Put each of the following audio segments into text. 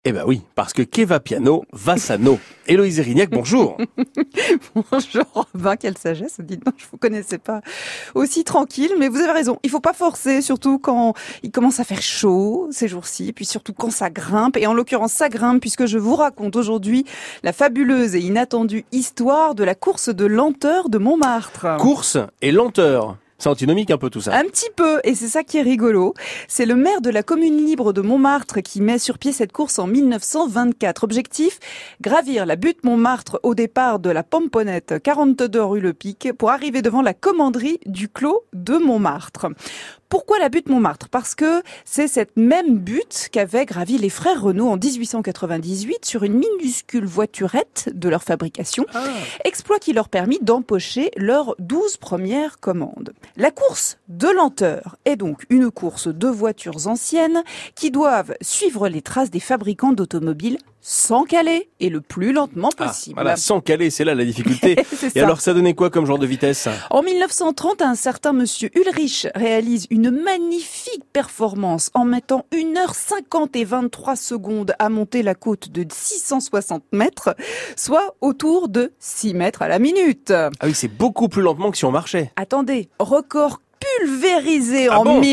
Eh ben oui, parce que qui va piano, va sano. Héloïse Erignac, bonjour. Bonjour Robin, quelle sagesse, dites donc, je vous connaissais pas aussi tranquille, mais vous avez raison, il faut pas forcer, surtout quand il commence à faire chaud ces jours-ci, puis surtout quand ça grimpe, et en l'occurrence ça grimpe puisque je vous raconte aujourd'hui la fabuleuse et inattendue histoire de la course de lenteur de Montmartre. Course et lenteur. C'est antinomique un peu tout ça. Un petit peu, et c'est ça qui est rigolo. C'est le maire de la commune libre de Montmartre qui met sur pied cette course en 1924. Objectif, gravir la butte Montmartre au départ de la Pomponnette, 42 rue Le Pic, pour arriver devant la commanderie du Clos de Montmartre. Pourquoi la butte Montmartre? Parce que c'est cette même butte qu'avaient gravi les frères Renault en 1898 sur une minuscule voiturette de leur fabrication. Exploit qui leur permit d'empocher leurs 12 premières commandes. La course de lenteur est donc une course de voitures anciennes qui doivent suivre les traces des fabricants d'automobiles sans caler et le plus lentement possible. Voilà, sans caler, c'est là la difficulté. C'est Et ça. alors ça donnait quoi comme genre de vitesse? En 1930, un certain monsieur Ulrich réalise une magnifique performance en mettant 1h50 et 23 secondes à monter la côte de 660 mètres, soit autour de 6 mètres à la minute. Ah oui, c'est beaucoup plus lentement que si on marchait. Attendez, record pulvérisé en bon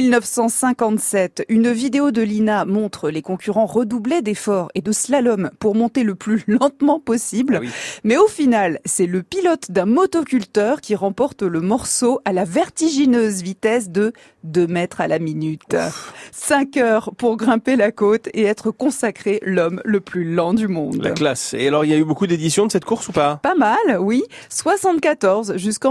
1957. Une vidéo de l'INA montre les concurrents redoubler d'efforts et de slalom pour monter le plus lentement possible. Ah oui. Mais au final, c'est le pilote d'un motoculteur qui remporte le morceau à la vertigineuse vitesse de 2 mètres à la minute. 5 heures pour grimper la côte et être consacré l'homme le plus lent du monde. La classe. Et alors il y a eu beaucoup d'éditions de cette course ou pas? Pas mal, oui. 74 jusqu'en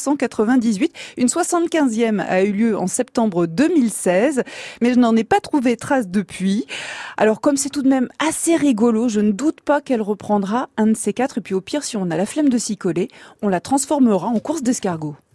1998. Une 75e a eu lieu en septembre 2016, mais je n'en ai pas trouvé trace depuis. Alors comme c'est tout de même assez rigolo, je ne doute pas qu'elle reprendra un de ces quatre. Et puis au pire, si on a la flemme de s'y coller, on la transformera en course d'escargot.